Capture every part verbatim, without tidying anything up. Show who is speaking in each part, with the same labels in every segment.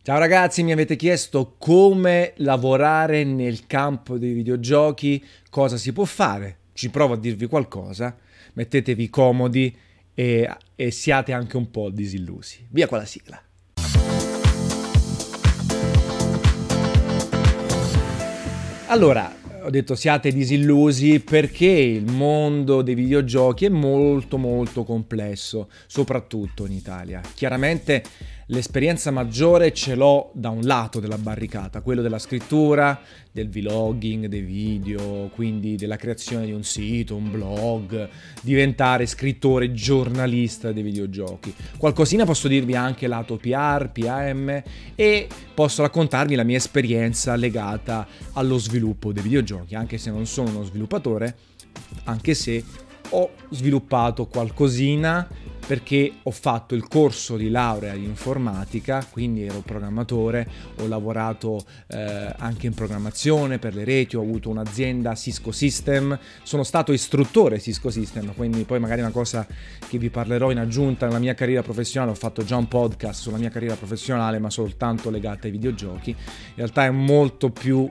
Speaker 1: Ciao ragazzi, mi avete chiesto come lavorare nel campo dei videogiochi, cosa si può fare. Ci provo a dirvi qualcosa, mettetevi comodi e, e siate anche un po' disillusi. Via con la sigla. Allora, ho detto siate disillusi perché il mondo dei videogiochi è molto molto complesso, soprattutto in Italia. Chiaramente l'esperienza maggiore ce l'ho da un lato della barricata, quello della scrittura, del vlogging, dei video, quindi della creazione di un sito, un blog, diventare scrittore, giornalista dei videogiochi. Qualcosina posso dirvi anche lato P R, P M e posso raccontarvi la mia esperienza legata allo sviluppo dei videogiochi, anche se non sono uno sviluppatore, anche se ho sviluppato qualcosina perché ho fatto il corso di laurea in informatica, quindi ero programmatore, ho lavorato eh, anche in programmazione per le reti, ho avuto un'azienda Cisco System, sono stato istruttore Cisco System, quindi poi magari una cosa che vi parlerò in aggiunta nella mia carriera professionale, ho fatto già un podcast sulla mia carriera professionale ma soltanto legata ai videogiochi, in realtà è molto più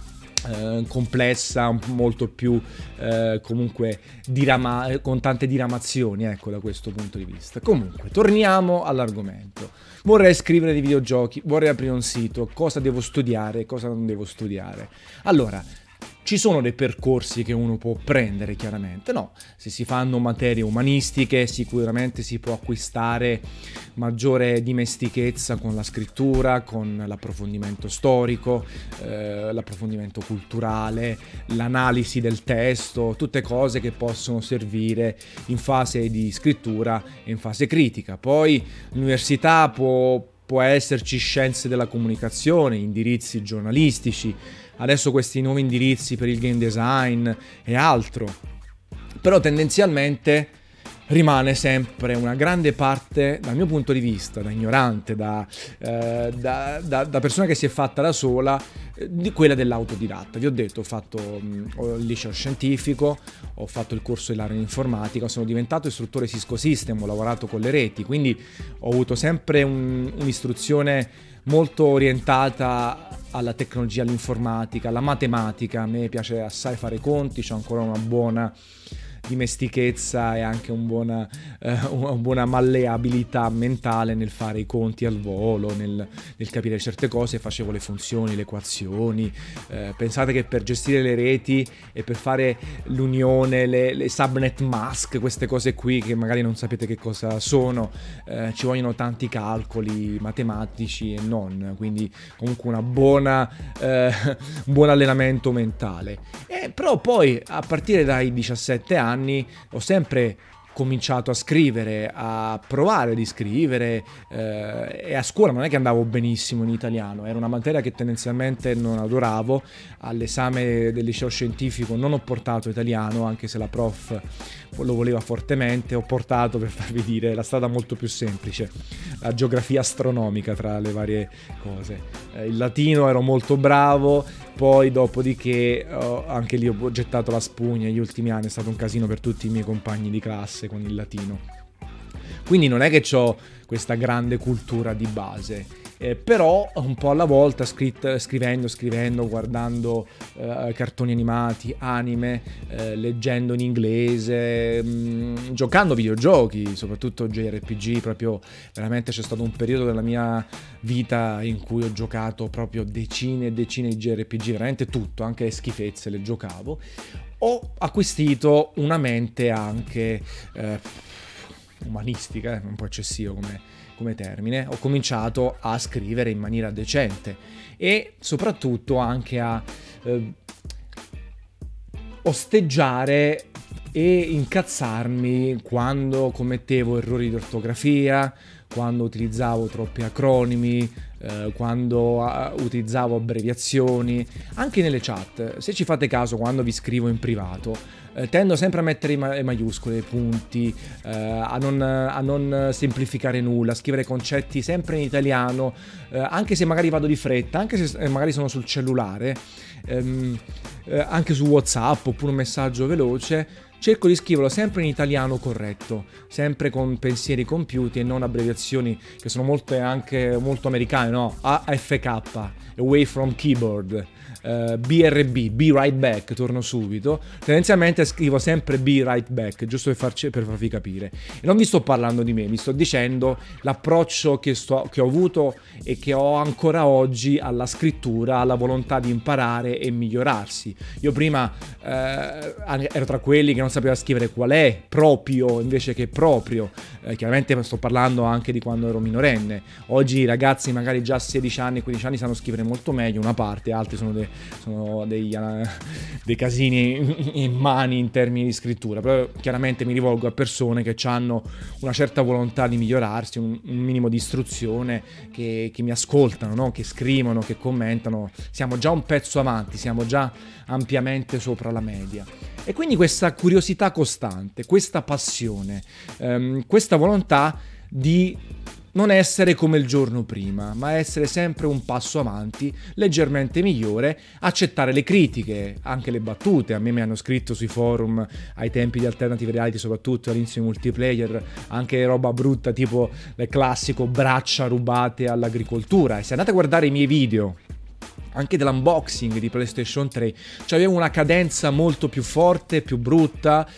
Speaker 1: Eh, complessa, molto più eh, comunque dirama- con tante diramazioni, ecco, da questo punto di vista. Comunque, torniamo all'argomento. Vorrei scrivere di videogiochi, vorrei aprire un sito, cosa devo studiare, cosa non devo studiare. Allora, ci sono dei percorsi che uno può prendere, chiaramente, no? Se si fanno materie umanistiche, sicuramente si può acquistare maggiore dimestichezza con la scrittura, con l'approfondimento storico, eh, l'approfondimento culturale, l'analisi del testo, tutte cose che possono servire in fase di scrittura e in fase critica. Poi l'università può, può esserci scienze della comunicazione, indirizzi giornalistici, adesso questi nuovi indirizzi per il game design e altro, però tendenzialmente rimane sempre una grande parte, dal mio punto di vista, da ignorante, da, eh, da, da, da persona che si è fatta da sola, eh, di quella dell'autodidatta. Vi ho detto, ho fatto mh, ho il liceo scientifico, ho fatto il corso di laurea in informatica, sono diventato istruttore Cisco System, ho lavorato con le reti, quindi ho avuto sempre un, un'istruzione molto orientata alla tecnologia, all'informatica, alla matematica. A me piace assai fare i conti, c'ho ancora una buona dimestichezza e anche un buona, eh, una buona malleabilità mentale nel fare i conti al volo, nel, nel capire certe cose. Facevo le funzioni, le equazioni. Eh, pensate che per gestire le reti e per fare l'unione, le, le subnet mask, queste cose qui che magari non sapete che cosa sono, eh, ci vogliono tanti calcoli matematici e non, quindi comunque una buona, eh, un buon allenamento mentale. E però poi a partire dai diciassette anni ho sempre cominciato a scrivere, a provare di scrivere, eh, e a scuola non è che andavo benissimo in italiano, era una materia che tendenzialmente non adoravo. All'esame del liceo scientifico non ho portato italiano, anche se la prof lo voleva fortemente. Ho portato, per farvi dire, la strada molto più semplice, la geografia astronomica tra le varie cose. Eh, il latino ero molto bravo, poi dopodiché oh, anche lì ho gettato la spugna. Negli ultimi anni è stato un casino per tutti i miei compagni di classe con il latino, quindi non è che ho questa grande cultura di base, eh, però un po' alla volta, scrit- scrivendo, scrivendo, guardando eh, cartoni animati, anime, eh, leggendo in inglese, mh, giocando videogiochi, soprattutto J R P G. Proprio veramente c'è stato un periodo della mia vita in cui ho giocato proprio decine e decine di J R P G, veramente tutto, anche le schifezze le giocavo. Ho acquisito una mente anche eh, umanistica, eh, un po' eccessivo come, come termine. Ho cominciato a scrivere in maniera decente e soprattutto anche a eh, osteggiare e incazzarmi quando commettevo errori di ortografia, quando utilizzavo troppi acronimi, eh, quando uh, utilizzavo abbreviazioni, anche nelle chat. Se ci fate caso, quando vi scrivo in privato, eh, tendo sempre a mettere i ma- maiuscole, i punti, eh, a, non, a non semplificare nulla, a scrivere concetti sempre in italiano, eh, anche se magari vado di fretta, anche se magari sono sul cellulare. Ehm, eh, anche su WhatsApp oppure un messaggio veloce, cerco di scriverlo sempre in italiano corretto, sempre con pensieri compiuti e non abbreviazioni che sono molte anche molto americane, no? A F K, away from keyboard, uh, B R B, be right back, torno subito. Tendenzialmente scrivo sempre be right back, giusto per, farci, per farvi capire. E non vi sto parlando di me, vi sto dicendo l'approccio che, sto, che ho avuto e che ho ancora oggi alla scrittura, alla volontà di imparare e migliorarsi. Io prima eh, ero tra quelli che non sapeva scrivere qual è, proprio invece che proprio. Eh, chiaramente sto parlando anche di quando ero minorenne. Oggi i ragazzi magari già a sedici anni, quindici anni sanno scrivere molto meglio una parte, altri sono, de, sono dei, uh, dei casini in mani in termini di scrittura. Però chiaramente mi rivolgo a persone che hanno una certa volontà di migliorarsi, un, un minimo di istruzione, che, che mi ascoltano, no? Che scrivono, che commentano. Siamo già un pezzo avanti, siamo già ampiamente sopra la media. E quindi questa curiosità costante, questa passione, ehm, questa volontà di non essere come il giorno prima, ma essere sempre un passo avanti, leggermente migliore, accettare le critiche, anche le battute. A me mi hanno scritto sui forum ai tempi di Alternative Reality, soprattutto all'inizio di multiplayer, anche roba brutta tipo il classico braccia rubate all'agricoltura. E se andate a guardare i miei video, anche dell'unboxing di PlayStation tre, cioè avevo una cadenza molto più forte, più brutta,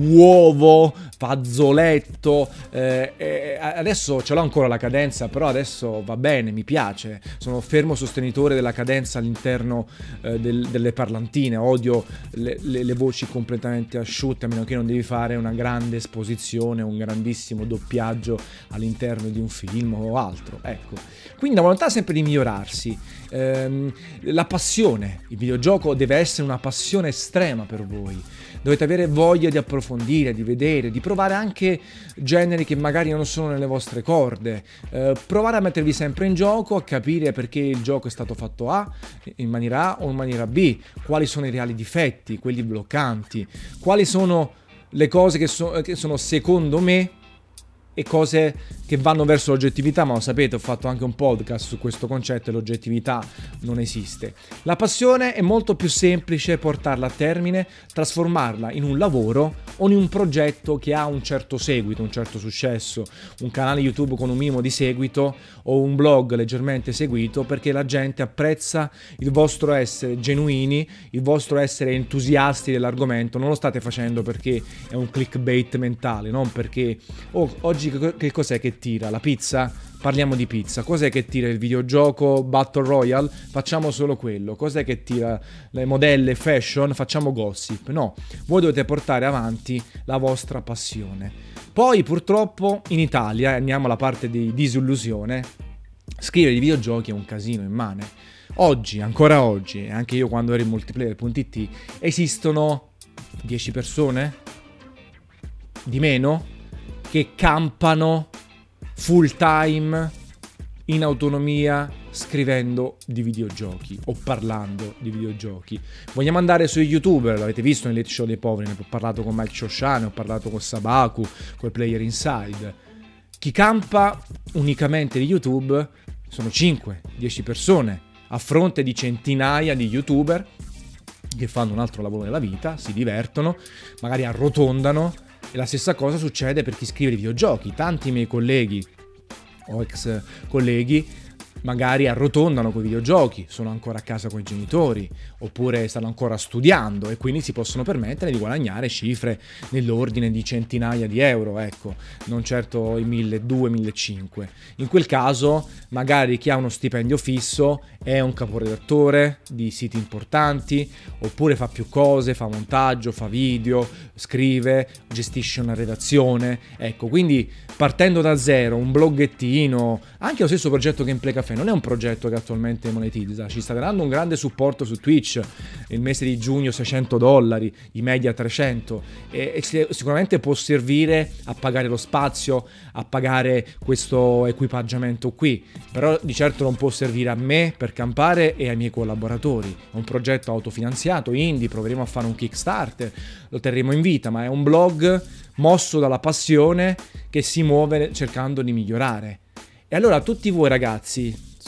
Speaker 1: uovo, fazzoletto, eh, eh, adesso ce l'ho ancora la cadenza, però adesso va bene, mi piace, sono fermo sostenitore della cadenza all'interno eh, del, delle parlantine, odio le, le, le voci completamente asciutte, a meno che non devi fare una grande esposizione, un grandissimo doppiaggio all'interno di un film o altro, ecco. Quindi la volontà è sempre di migliorarsi. Ehm, la passione, il videogioco deve essere una passione estrema per voi, dovete avere voglia di approfondire, di vedere, di provare anche generi che magari non sono nelle vostre corde, eh, provare a mettervi sempre in gioco, a capire perché il gioco è stato fatto A in maniera A o in maniera B, quali sono i reali difetti, quelli bloccanti, quali sono le cose che, so- che sono secondo me e cose che vanno verso l'oggettività, ma lo sapete, ho fatto anche un podcast su questo concetto e l'oggettività non esiste. La passione è molto più semplice portarla a termine, trasformarla in un lavoro o in un progetto che ha un certo seguito, un certo successo, un canale YouTube con un minimo di seguito o un blog leggermente seguito, perché la gente apprezza il vostro essere genuini, il vostro essere entusiasti dell'argomento. Non lo state facendo perché è un clickbait mentale, non perché oh, oggi che cos'è che tira? La pizza? Parliamo di pizza. Cos'è che tira il videogioco Battle Royale? Facciamo solo quello. Cos'è che tira le modelle fashion? Facciamo gossip. No, voi dovete portare avanti la vostra passione. Poi purtroppo in Italia, andiamo alla parte di disillusione, scrivere di videogiochi è un casino immane. Oggi, ancora oggi, e anche io quando ero in multiplayer punto it, esistono dieci persone? Di meno? Che campano full time in autonomia scrivendo di videogiochi o parlando di videogiochi. Vogliamo andare sui YouTuber, l'avete visto nel Late Show dei Poveri, ne ho parlato con Mike Shoshane, ho parlato con Sabaku, col Player Inside. Chi campa unicamente di YouTube sono cinque dieci persone a fronte di centinaia di YouTuber che fanno un altro lavoro nella vita, si divertono, magari arrotondano. E la stessa cosa succede per chi scrive di videogiochi. Tanti miei colleghi o ex colleghi magari arrotondano con i videogiochi, sono ancora a casa con i genitori, oppure stanno ancora studiando e quindi si possono permettere di guadagnare cifre nell'ordine di centinaia di euro, ecco, non certo i milleduecento millecinquecento. In quel caso magari chi ha uno stipendio fisso è un caporedattore di siti importanti, oppure fa più cose, fa montaggio, fa video, scrive, gestisce una redazione, ecco, quindi partendo da zero, un bloggettino, anche lo stesso progetto Gameplay Café non è un progetto che attualmente monetizza, ci sta dando un grande supporto su Twitch, il mese di giugno seicento dollari, i media trecento, e, e sicuramente può servire a pagare lo spazio, a pagare questo equipaggiamento qui, però di certo non può servire a me per campare e ai miei collaboratori. È un progetto autofinanziato, indie, proveremo a fare un Kickstarter, lo terremo in vita, ma è un blog mosso dalla passione che si muove cercando di migliorare. E allora tutti voi ragazzi,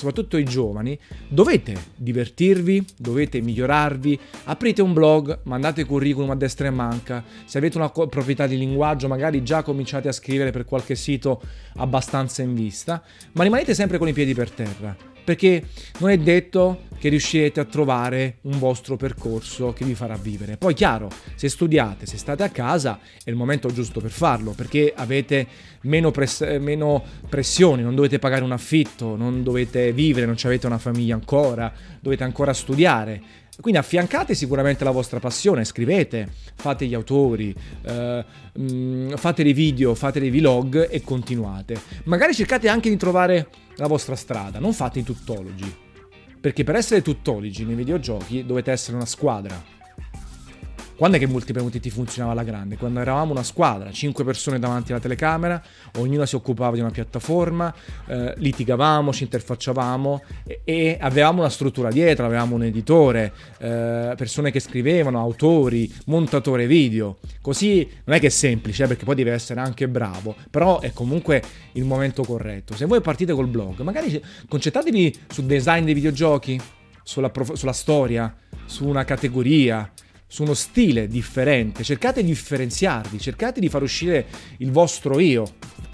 Speaker 1: soprattutto i giovani, dovete divertirvi, dovete migliorarvi, aprite un blog, mandate curriculum a destra e manca, se avete una co- proprietà di linguaggio magari già cominciate a scrivere per qualche sito abbastanza in vista, ma rimanete sempre con i piedi per terra, perché non è detto che riuscirete a trovare un vostro percorso che vi farà vivere. Poi chiaro, se studiate, se state a casa, è il momento giusto per farlo, perché avete meno, press- meno pressioni, non dovete pagare un affitto, non dovete vivere, non avete una famiglia ancora, dovete ancora studiare. Quindi affiancate sicuramente la vostra passione, scrivete, fate gli autori, eh, mh, fate dei video, fate dei vlog e continuate. Magari cercate anche di trovare la vostra strada, non fate i tuttologi, perché per essere tuttologi nei videogiochi dovete essere una squadra. Quando è che Multiplayer U T T funzionava alla grande? Quando eravamo una squadra, cinque persone davanti alla telecamera, ognuno si occupava di una piattaforma, eh, litigavamo, ci interfacciavamo e, e avevamo una struttura dietro, avevamo un editore, eh, persone che scrivevano, autori, montatore video. Così non è che è semplice, eh, perché poi deve essere anche bravo, però è comunque il momento corretto. Se voi partite col blog, magari concentratevi sul design dei videogiochi, sulla, prof- sulla storia, su una categoria, su uno stile differente, cercate di differenziarvi, cercate di far uscire il vostro io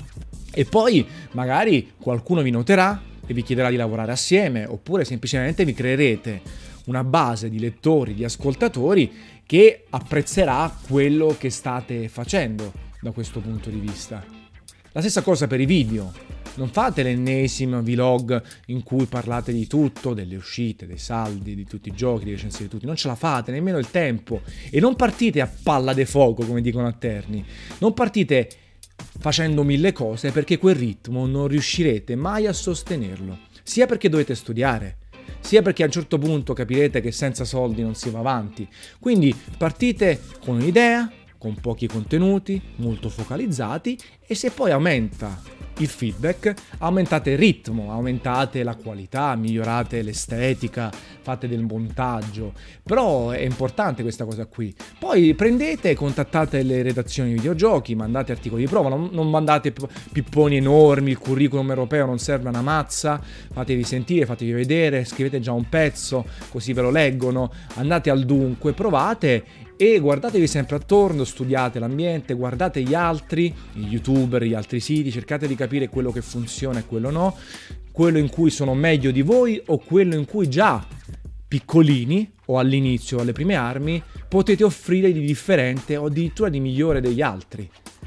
Speaker 1: e poi magari qualcuno vi noterà e vi chiederà di lavorare assieme, oppure semplicemente vi creerete una base di lettori, di ascoltatori che apprezzerà quello che state facendo da questo punto di vista. La stessa cosa per i video. Non fate l'ennesimo vlog in cui parlate di tutto, delle uscite, dei saldi, di tutti i giochi, di recensire tutti. Non ce la fate, nemmeno il tempo. E non partite a palla de fuoco, come dicono a Terni. Non partite facendo mille cose, perché quel ritmo non riuscirete mai a sostenerlo. Sia perché dovete studiare, sia perché a un certo punto capirete che senza soldi non si va avanti. Quindi partite con un'idea, con pochi contenuti, molto focalizzati, e se poi aumenta il feedback, aumentate il ritmo, aumentate la qualità, migliorate l'estetica, fate del montaggio. Però è importante questa cosa qui. Poi prendete, contattate le redazioni di videogiochi, mandate articoli di prova, non, non mandate pipponi enormi, il curriculum europeo non serve a una mazza, fatevi sentire, fatevi vedere, scrivete già un pezzo, così ve lo leggono, andate al dunque, provate e guardatevi sempre attorno, studiate l'ambiente, guardate gli altri, i youtuber, gli altri siti, cercate di capire quello che funziona e quello no, quello in cui sono meglio di voi o quello in cui già piccolini o all'inizio, alle prime armi, potete offrire di differente o addirittura di migliore degli altri.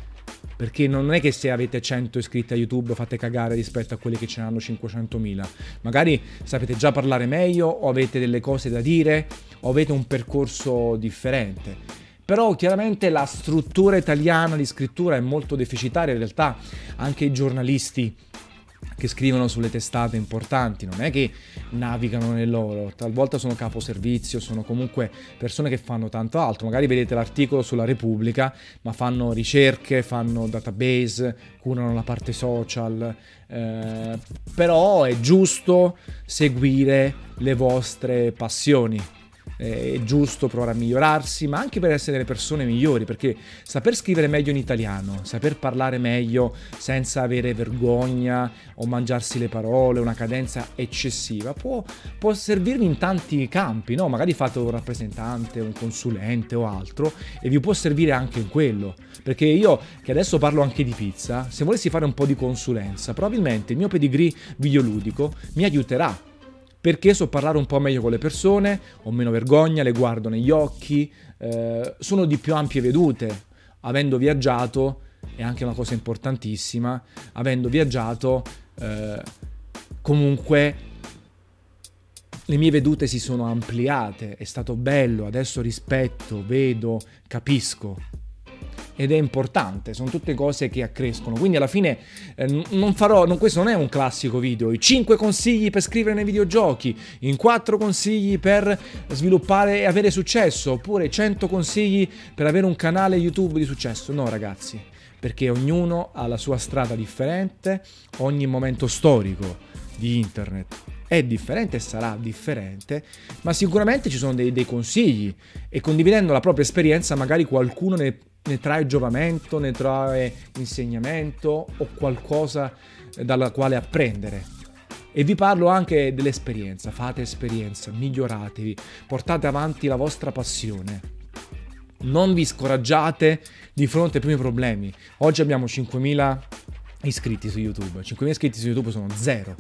Speaker 1: Perché non è che se avete cento iscritti a YouTube fate cagare rispetto a quelli che ce ne hanno cinquecentomila. Magari sapete già parlare meglio o avete delle cose da dire o avete un percorso differente. Però chiaramente la struttura italiana di scrittura è molto deficitaria, in realtà anche i giornalisti che scrivono sulle testate importanti non è che navigano nell'oro, talvolta sono caposervizio, sono comunque persone che fanno tanto altro. Magari vedete l'articolo sulla Repubblica, ma fanno ricerche, fanno database, curano la parte social, eh, però è giusto seguire le vostre passioni. È giusto provare a migliorarsi, ma anche per essere delle persone migliori, perché saper scrivere meglio in italiano, saper parlare meglio senza avere vergogna o mangiarsi le parole, una cadenza eccessiva, può, può servirvi in tanti campi, no? Magari fate un rappresentante, un consulente o altro e vi può servire anche in quello, perché io che adesso parlo anche di pizza, se volessi fare un po' di consulenza, probabilmente il mio pedigree videoludico mi aiuterà, perché so parlare un po' meglio con le persone, ho meno vergogna, le guardo negli occhi, eh, sono di più ampie vedute, avendo viaggiato, è anche una cosa importantissima, avendo viaggiato, eh, comunque le mie vedute si sono ampliate, è stato bello, adesso rispetto, vedo, capisco. Ed è importante, sono tutte cose che accrescono. Quindi alla fine eh, non farò, non, questo non è un classico video, i cinque consigli per scrivere nei videogiochi, in quattro consigli per sviluppare e avere successo, oppure cento consigli per avere un canale YouTube di successo. No ragazzi, perché ognuno ha la sua strada differente, ogni momento storico di internet è differente e sarà differente, ma sicuramente ci sono dei, dei consigli e condividendo la propria esperienza magari qualcuno ne ne trae giovamento, ne trae insegnamento o qualcosa dalla quale apprendere. E vi parlo anche dell'esperienza, fate esperienza, miglioratevi, portate avanti la vostra passione. Non vi scoraggiate di fronte ai primi problemi. Oggi abbiamo cinquemila iscritti su YouTube, cinquemila iscritti su YouTube sono zero.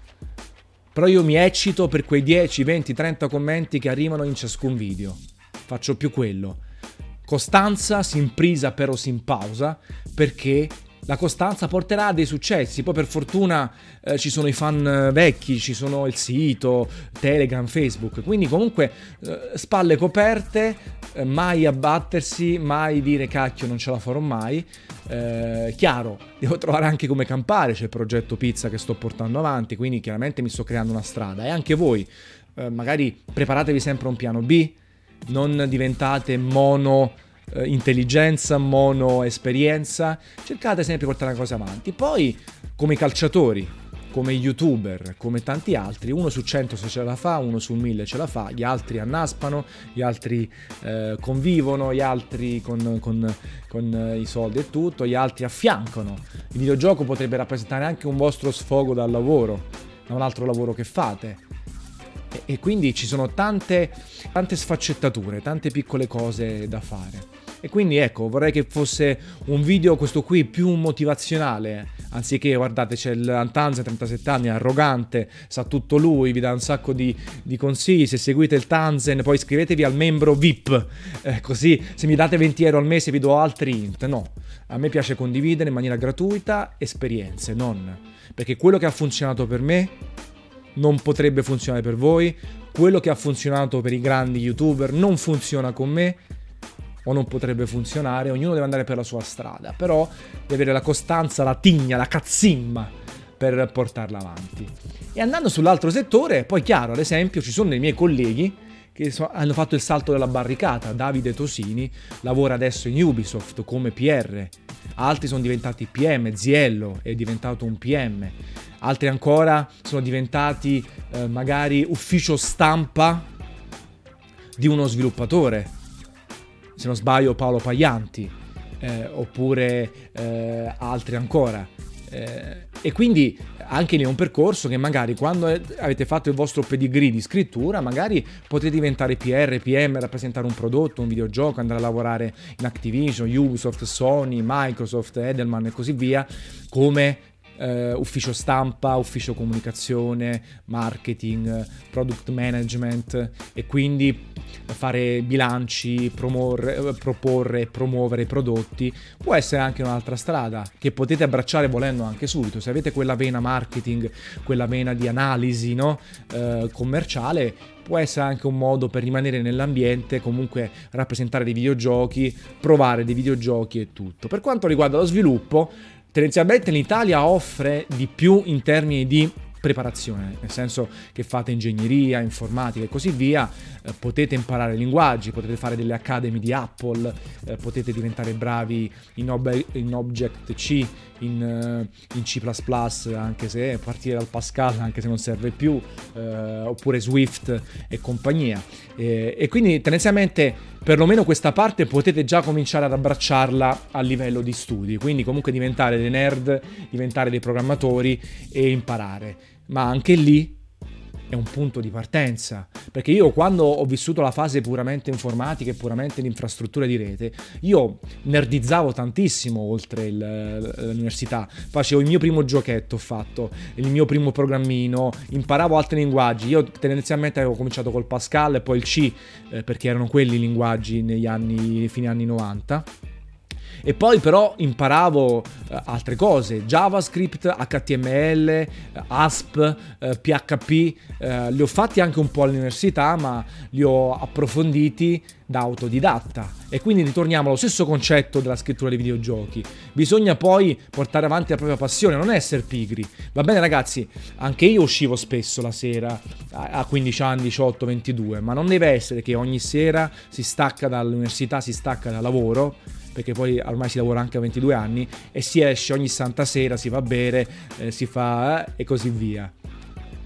Speaker 1: Però io mi eccito per quei dieci, venti, trenta commenti che arrivano in ciascun video. Faccio più quello. Costanza, si imprisa però si impausa, perché la costanza porterà a dei successi. Poi per fortuna eh, ci sono i fan eh, vecchi, ci sono il sito, Telegram, Facebook, quindi comunque eh, spalle coperte, eh, mai abbattersi, mai dire cacchio non ce la farò mai. Eh, chiaro, devo trovare anche come campare, c'è il progetto pizza che sto portando avanti, quindi chiaramente mi sto creando una strada. E anche voi eh, magari preparatevi sempre un piano B, non diventate mono eh, intelligenza, mono esperienza, cercate sempre di portare la cosa avanti. Poi come i calciatori, come youtuber, come tanti altri, uno su cento se ce la fa, uno su mille ce la fa, gli altri annaspano, gli altri eh, convivono, gli altri con, con, con eh, i soldi e tutto, gli altri affiancano. Il videogioco potrebbe rappresentare anche un vostro sfogo dal lavoro, da un altro lavoro che fate. E quindi ci sono tante, tante sfaccettature, tante piccole cose da fare. E quindi ecco, vorrei che fosse un video, questo qui, più motivazionale, anziché, guardate, c'è il Antanze, trentasette anni, arrogante, sa tutto lui, vi dà un sacco di, di consigli. Se seguite il Tanzen, poi iscrivetevi al membro V I P, eh, così se mi date venti euro al mese vi do altri int. No, a me piace condividere in maniera gratuita esperienze, non, perché quello che ha funzionato per me non potrebbe funzionare per voi, quello che ha funzionato per i grandi youtuber non funziona con me o non potrebbe funzionare, ognuno deve andare per la sua strada, però deve avere la costanza, la tigna, la cazzimma per portarla avanti. E andando sull'altro settore, poi chiaro, ad esempio ci sono dei miei colleghi che so, hanno fatto il salto della barricata. Davide Tosini lavora adesso in Ubisoft come P R, altri sono diventati P M, Ziello è diventato un P M, altri ancora sono diventati eh, magari ufficio stampa di uno sviluppatore, se non sbaglio Paolo Paglianti, eh, oppure eh, altri ancora. Eh, e quindi anche lì è un percorso che magari quando avete fatto il vostro pedigree di scrittura magari potete diventare P R, P M, rappresentare un prodotto, un videogioco, andare a lavorare in Activision, Ubisoft, Sony, Microsoft, Edelman e così via, come Uh, ufficio stampa, ufficio comunicazione, marketing, product management, e quindi fare bilanci, promorre, proporre e promuovere prodotti può essere anche un'altra strada che potete abbracciare volendo anche subito. Se avete quella vena marketing, quella vena di analisi, no? uh, commerciale, può essere anche un modo per rimanere nell'ambiente, comunque rappresentare dei videogiochi, provare dei videogiochi e tutto. Per quanto riguarda lo sviluppo, tendenzialmente l'Italia offre di più in termini di preparazione, nel senso che fate ingegneria, informatica e così via, eh, potete imparare linguaggi, potete fare delle academy di Apple, eh, potete diventare bravi in, ob- in Object-C, in, uh, in C plus plus, anche se partire dal Pascal, anche se non serve più, eh, oppure Swift e compagnia. E, e quindi tendenzialmente perlomeno questa parte potete già cominciare ad abbracciarla a livello di studi, quindi comunque diventare dei nerd, diventare dei programmatori e imparare. Ma anche lì è un punto di partenza, perché io quando ho vissuto la fase puramente informatica e puramente di infrastruttura di rete, io nerdizzavo tantissimo oltre il, l'università, facevo il mio primo giochetto, ho fatto il mio primo programmino, imparavo altri linguaggi. Io tendenzialmente avevo cominciato col Pascal e poi il C, eh, perché erano quelli i linguaggi negli anni, fine anni novanta. E poi però imparavo uh, altre cose, JavaScript, H T M L, A S P, uh, P H P, uh, li ho fatti anche un po' all'università, ma li ho approfonditi da autodidatta. E quindi ritorniamo allo stesso concetto della scrittura dei videogiochi. Bisogna poi portare avanti la propria passione, non essere pigri. Va bene ragazzi, anche io uscivo spesso la sera a quindici anni, diciotto, ventidue, ma non deve essere che ogni sera si stacca dall'università, si stacca dal lavoro, perché poi ormai si lavora anche a ventidue anni, e si esce ogni santa sera, si va a bere, eh, si fa eh, e così via.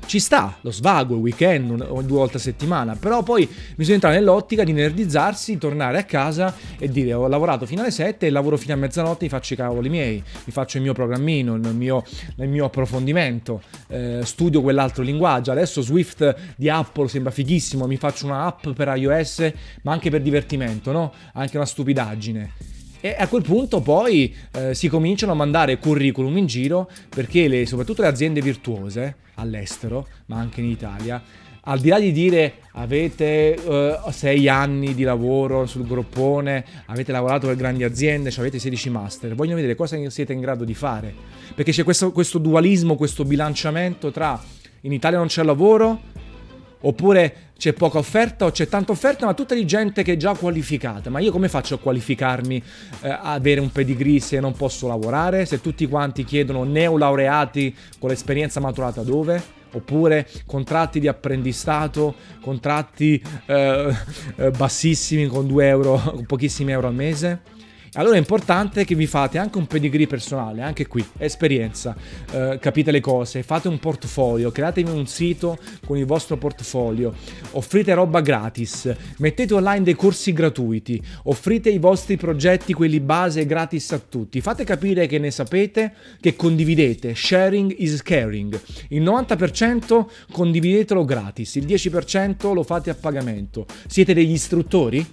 Speaker 1: ci sta, lo svago, il weekend, un, o due volte a settimana, però poi bisogna entrare nell'ottica di nerdizzarsi, tornare a casa e dire ho lavorato fino alle sette e lavoro fino a mezzanotte, mi faccio i cavoli miei, mi faccio il mio programmino, il mio, il mio approfondimento, eh, studio quell'altro linguaggio, adesso Swift di Apple sembra fighissimo, mi faccio una app per iOS, ma anche per divertimento, no? Anche una stupidaggine. E a quel punto poi eh, si cominciano a mandare curriculum in giro, perché le, soprattutto le aziende virtuose all'estero, ma anche in Italia, al di là di dire avete eh, sei anni di lavoro sul groppone, avete lavorato per grandi aziende, cioè avete sedici master, vogliono vedere cosa siete in grado di fare, perché c'è questo, questo dualismo, questo bilanciamento tra in Italia non c'è lavoro, oppure c'è poca offerta o c'è tanta offerta ma tutta di gente che è già qualificata. Ma io come faccio a qualificarmi, eh, a avere un pedigree se non posso lavorare, se tutti quanti chiedono neolaureati con l'esperienza maturata dove? Oppure contratti di apprendistato, contratti eh, eh, bassissimi con due euro, con pochissimi euro al mese. Allora è importante che vi fate anche un pedigree personale, anche qui, esperienza, eh, capite le cose, fate un portfolio, createvi un sito con il vostro portfolio, offrite roba gratis, mettete online dei corsi gratuiti, offrite i vostri progetti, quelli base, gratis a tutti, fate capire che ne sapete, che condividete, sharing is caring, il novanta per cento condividetelo gratis, il dieci per cento lo fate a pagamento, siete degli istruttori?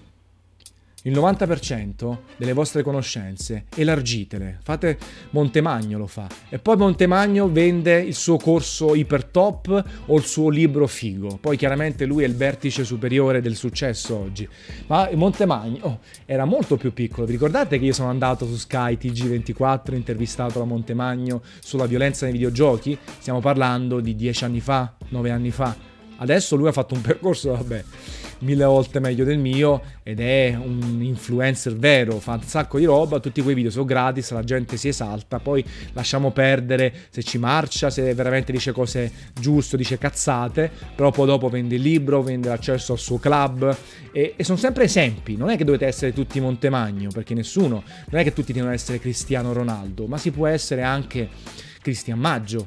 Speaker 1: Il novanta per cento delle vostre conoscenze elargitele, fate Montemagno lo fa e poi Montemagno vende il suo corso iper top o il suo libro figo, poi chiaramente lui è il vertice superiore del successo oggi, ma Montemagno oh, era molto più piccolo. Vi ricordate che io sono andato su Sky T G ventiquattro, intervistato da Montemagno sulla violenza nei videogiochi? Stiamo parlando di dieci anni fa, nove anni fa. Adesso lui ha fatto un percorso, vabbè, mille volte meglio del mio ed è un influencer vero, fa un sacco di roba, tutti quei video sono gratis, la gente si esalta, poi lasciamo perdere se ci marcia, se veramente dice cose giuste, dice cazzate, però poi dopo vende il libro, vende l'accesso al suo club e, e sono sempre esempi, non è che dovete essere tutti Montemagno, perché nessuno, non è che tutti devono essere Cristiano Ronaldo, ma si può essere anche Cristian Maggio,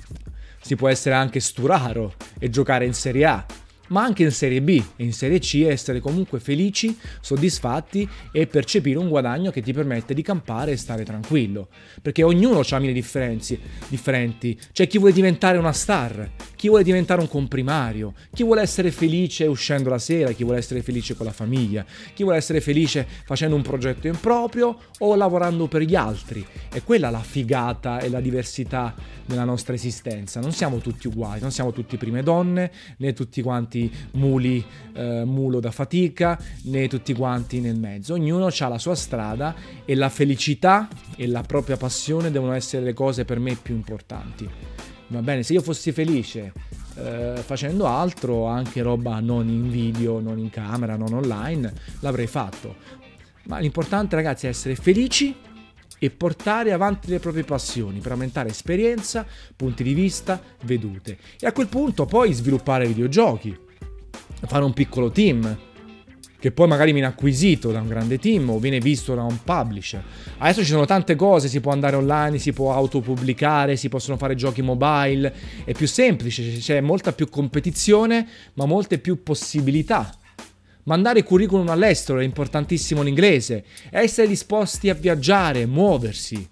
Speaker 1: si può essere anche Sturaro e giocare in Serie A, ma anche in Serie B e in Serie C essere comunque felici, soddisfatti e percepire un guadagno che ti permette di campare e stare tranquillo. Perché ognuno ha mille differenze differenti. C'è chi vuole diventare una star, chi vuole diventare un comprimario, chi vuole essere felice uscendo la sera, chi vuole essere felice con la famiglia, chi vuole essere felice facendo un progetto in proprio o lavorando per gli altri. E quella la figata e la diversità nella nostra esistenza. Non siamo tutti uguali, non siamo tutti prime donne, né tutti quanti muli, eh, mulo da fatica, né tutti quanti nel mezzo. Ognuno ha la sua strada e la felicità e la propria passione devono essere le cose per me più importanti. Va bene, se io fossi felice eh, facendo altro, anche roba non in video, non in camera, non online, l'avrei fatto. Ma l'importante, ragazzi, è essere felici e portare avanti le proprie passioni per aumentare esperienza, punti di vista, vedute. E a quel punto poi sviluppare videogiochi, fare un piccolo team, che poi magari viene acquisito da un grande team o viene visto da un publisher. Adesso ci sono tante cose, si può andare online, si può autopubblicare, si possono fare giochi mobile, è più semplice, c'è molta più competizione, ma molte più possibilità. Mandare curriculum all'estero è importantissimo l'inglese, essere disposti a viaggiare, muoversi,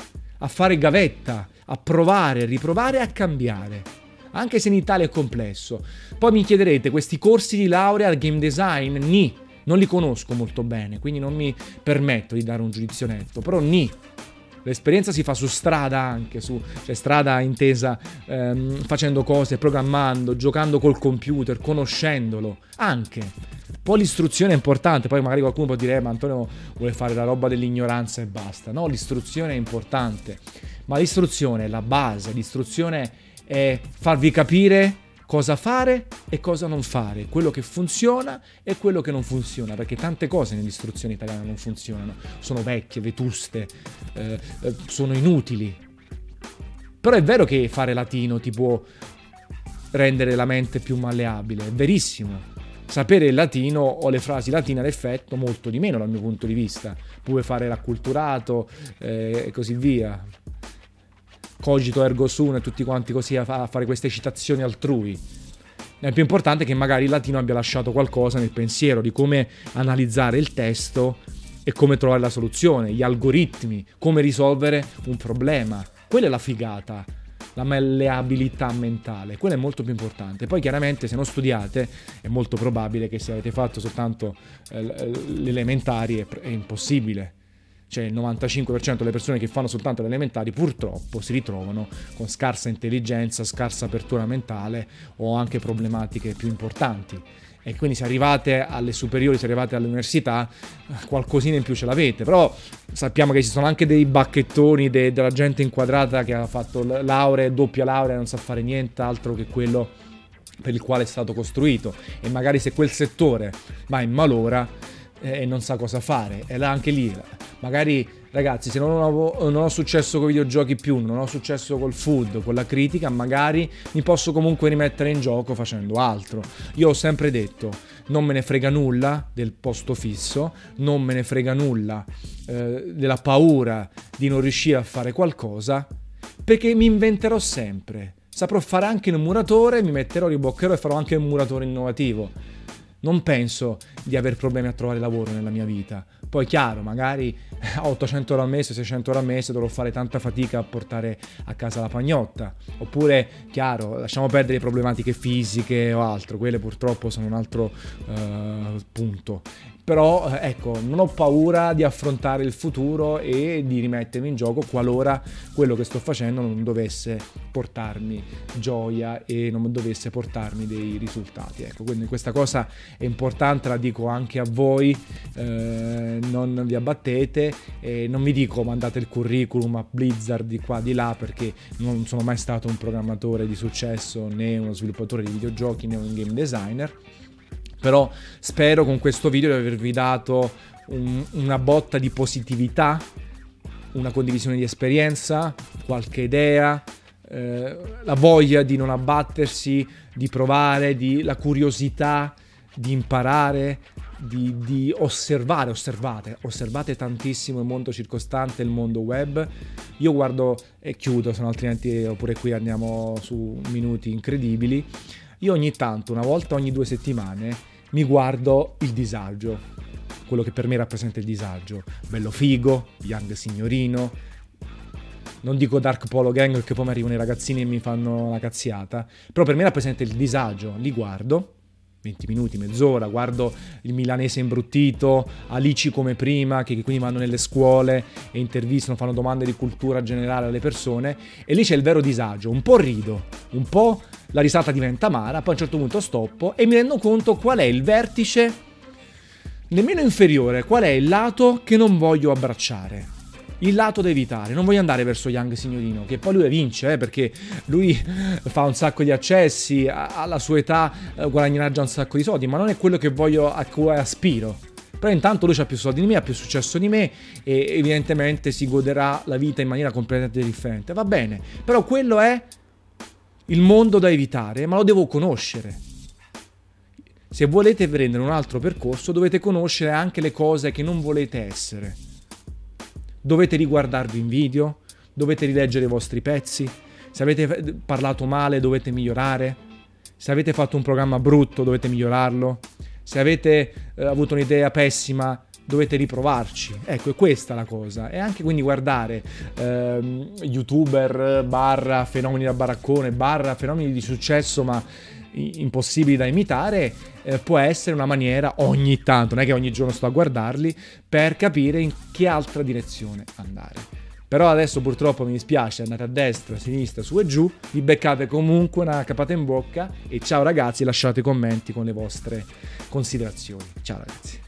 Speaker 1: a fare gavetta, a provare, riprovare e a cambiare, anche se in Italia è complesso. Poi mi chiederete, questi corsi di laurea al game design, ni, non li conosco molto bene, quindi non mi permetto di dare un giudizio netto, però ni. L'esperienza si fa su strada anche, su, cioè strada intesa ehm, facendo cose, programmando, giocando col computer, conoscendolo, anche. Poi l'istruzione è importante, poi magari qualcuno può dire eh, ma Antonio vuole fare la roba dell'ignoranza e basta. No, l'istruzione è importante, ma l'istruzione è la base, l'istruzione è farvi capire cosa fare e cosa non fare, quello che funziona e quello che non funziona, perché tante cose nell'istruzione italiana non funzionano, sono vecchie, vetuste, eh, sono inutili. Però è vero che fare latino ti può rendere la mente più malleabile, è verissimo. Sapere il latino o le frasi latine all'effetto molto di meno dal mio punto di vista, puoi fare l'acculturato eh, e così via. cogito ergo sum e tutti quanti così a, fa- a fare queste citazioni altrui. È più importante che magari il latino abbia lasciato qualcosa nel pensiero di come analizzare il testo e come trovare la soluzione, gli algoritmi, come risolvere un problema. Quella è la figata, la malleabilità mentale, quella è molto più importante. Poi chiaramente se non studiate è molto probabile che se avete fatto soltanto eh, le elementari è, è impossibile. Cioè il novantacinque per cento delle persone che fanno soltanto le elementari purtroppo si ritrovano con scarsa intelligenza, scarsa apertura mentale o anche problematiche più importanti. E quindi se arrivate alle superiori, se arrivate all'università, qualcosina in più ce l'avete. Però sappiamo che ci sono anche dei bacchettoni, de- della gente inquadrata che ha fatto laurea, doppia laurea e non sa fare niente altro che quello per il quale è stato costruito. E magari se quel settore va in malora eh, e non sa cosa fare, e là anche lì, magari ragazzi, se non ho, non ho successo con i videogiochi più, non ho successo col food, con la critica, magari mi posso comunque rimettere in gioco facendo altro. Io ho sempre detto, non me ne frega nulla del posto fisso, non me ne frega nulla eh, della paura di non riuscire a fare qualcosa, perché mi inventerò sempre. Saprò fare anche il muratore, mi metterò, riboccherò e farò anche un muratore innovativo. Non penso di aver problemi a trovare lavoro nella mia vita. Poi chiaro, magari a ottocento euro al mese, seicento euro al mese dovrò fare tanta fatica a portare a casa la pagnotta. Oppure, chiaro, lasciamo perdere le problematiche fisiche o altro, quelle purtroppo sono un altro uh, punto. Però ecco, non ho paura di affrontare il futuro e di rimettermi in gioco qualora quello che sto facendo non dovesse portarmi gioia e non dovesse portarmi dei risultati. Ecco, quindi questa cosa è importante, la dico anche a voi, eh, non vi abbattete e non vi dico mandate il curriculum a Blizzard di qua di là, perché non sono mai stato un programmatore di successo, né uno sviluppatore di videogiochi, né un game designer. Però spero con questo video di avervi dato un, una botta di positività, una condivisione di esperienza, qualche idea, eh, la voglia di non abbattersi, di provare, di, la curiosità di imparare, di, di osservare, osservate, osservate tantissimo il mondo circostante, il mondo web. Io guardo e chiudo, se no altrimenti oppure qui andiamo su minuti incredibili. Io ogni tanto, una volta ogni due settimane, mi guardo il disagio, quello che per me rappresenta il disagio. Bello figo, young signorino, non dico Dark Polo Gang perché poi mi arrivano i ragazzini e mi fanno la cazziata, però per me rappresenta il disagio, li guardo, venti minuti, mezz'ora, guardo il milanese imbruttito, Alici come prima, che quindi vanno nelle scuole e intervistano, fanno domande di cultura generale alle persone, e lì c'è il vero disagio, un po' rido, un po' la risata diventa amara, poi a un certo punto stoppo e mi rendo conto qual è il vertice nemmeno inferiore, qual è il lato che non voglio abbracciare. Il lato da evitare, non voglio andare verso Young Signorino, che poi lui vince, eh, perché lui fa un sacco di accessi, alla sua età eh, guadagnerà già un sacco di soldi, ma non è quello che voglio, a cui aspiro. Però intanto lui ha più soldi di me, ha più successo di me e evidentemente si goderà la vita in maniera completamente differente. Va bene, però quello è il mondo da evitare, ma lo devo conoscere. Se volete prendere un altro percorso, dovete conoscere anche le cose che non volete essere. Dovete riguardarvi in video, dovete rileggere i vostri pezzi, se avete parlato male dovete migliorare, se avete fatto un programma brutto dovete migliorarlo, se avete eh, avuto un'idea pessima dovete riprovarci. Ecco, è questa la cosa. E anche quindi guardare ehm, youtuber barra fenomeni da baraccone, barra fenomeni di successo ma impossibili da imitare, eh, può essere una maniera ogni tanto, non è che ogni giorno sto a guardarli, per capire in che altra direzione andare. Però adesso purtroppo mi dispiace, andate a destra, a sinistra, su e giù, vi beccate comunque una capata in bocca e ciao ragazzi, lasciate commenti con le vostre considerazioni. Ciao ragazzi.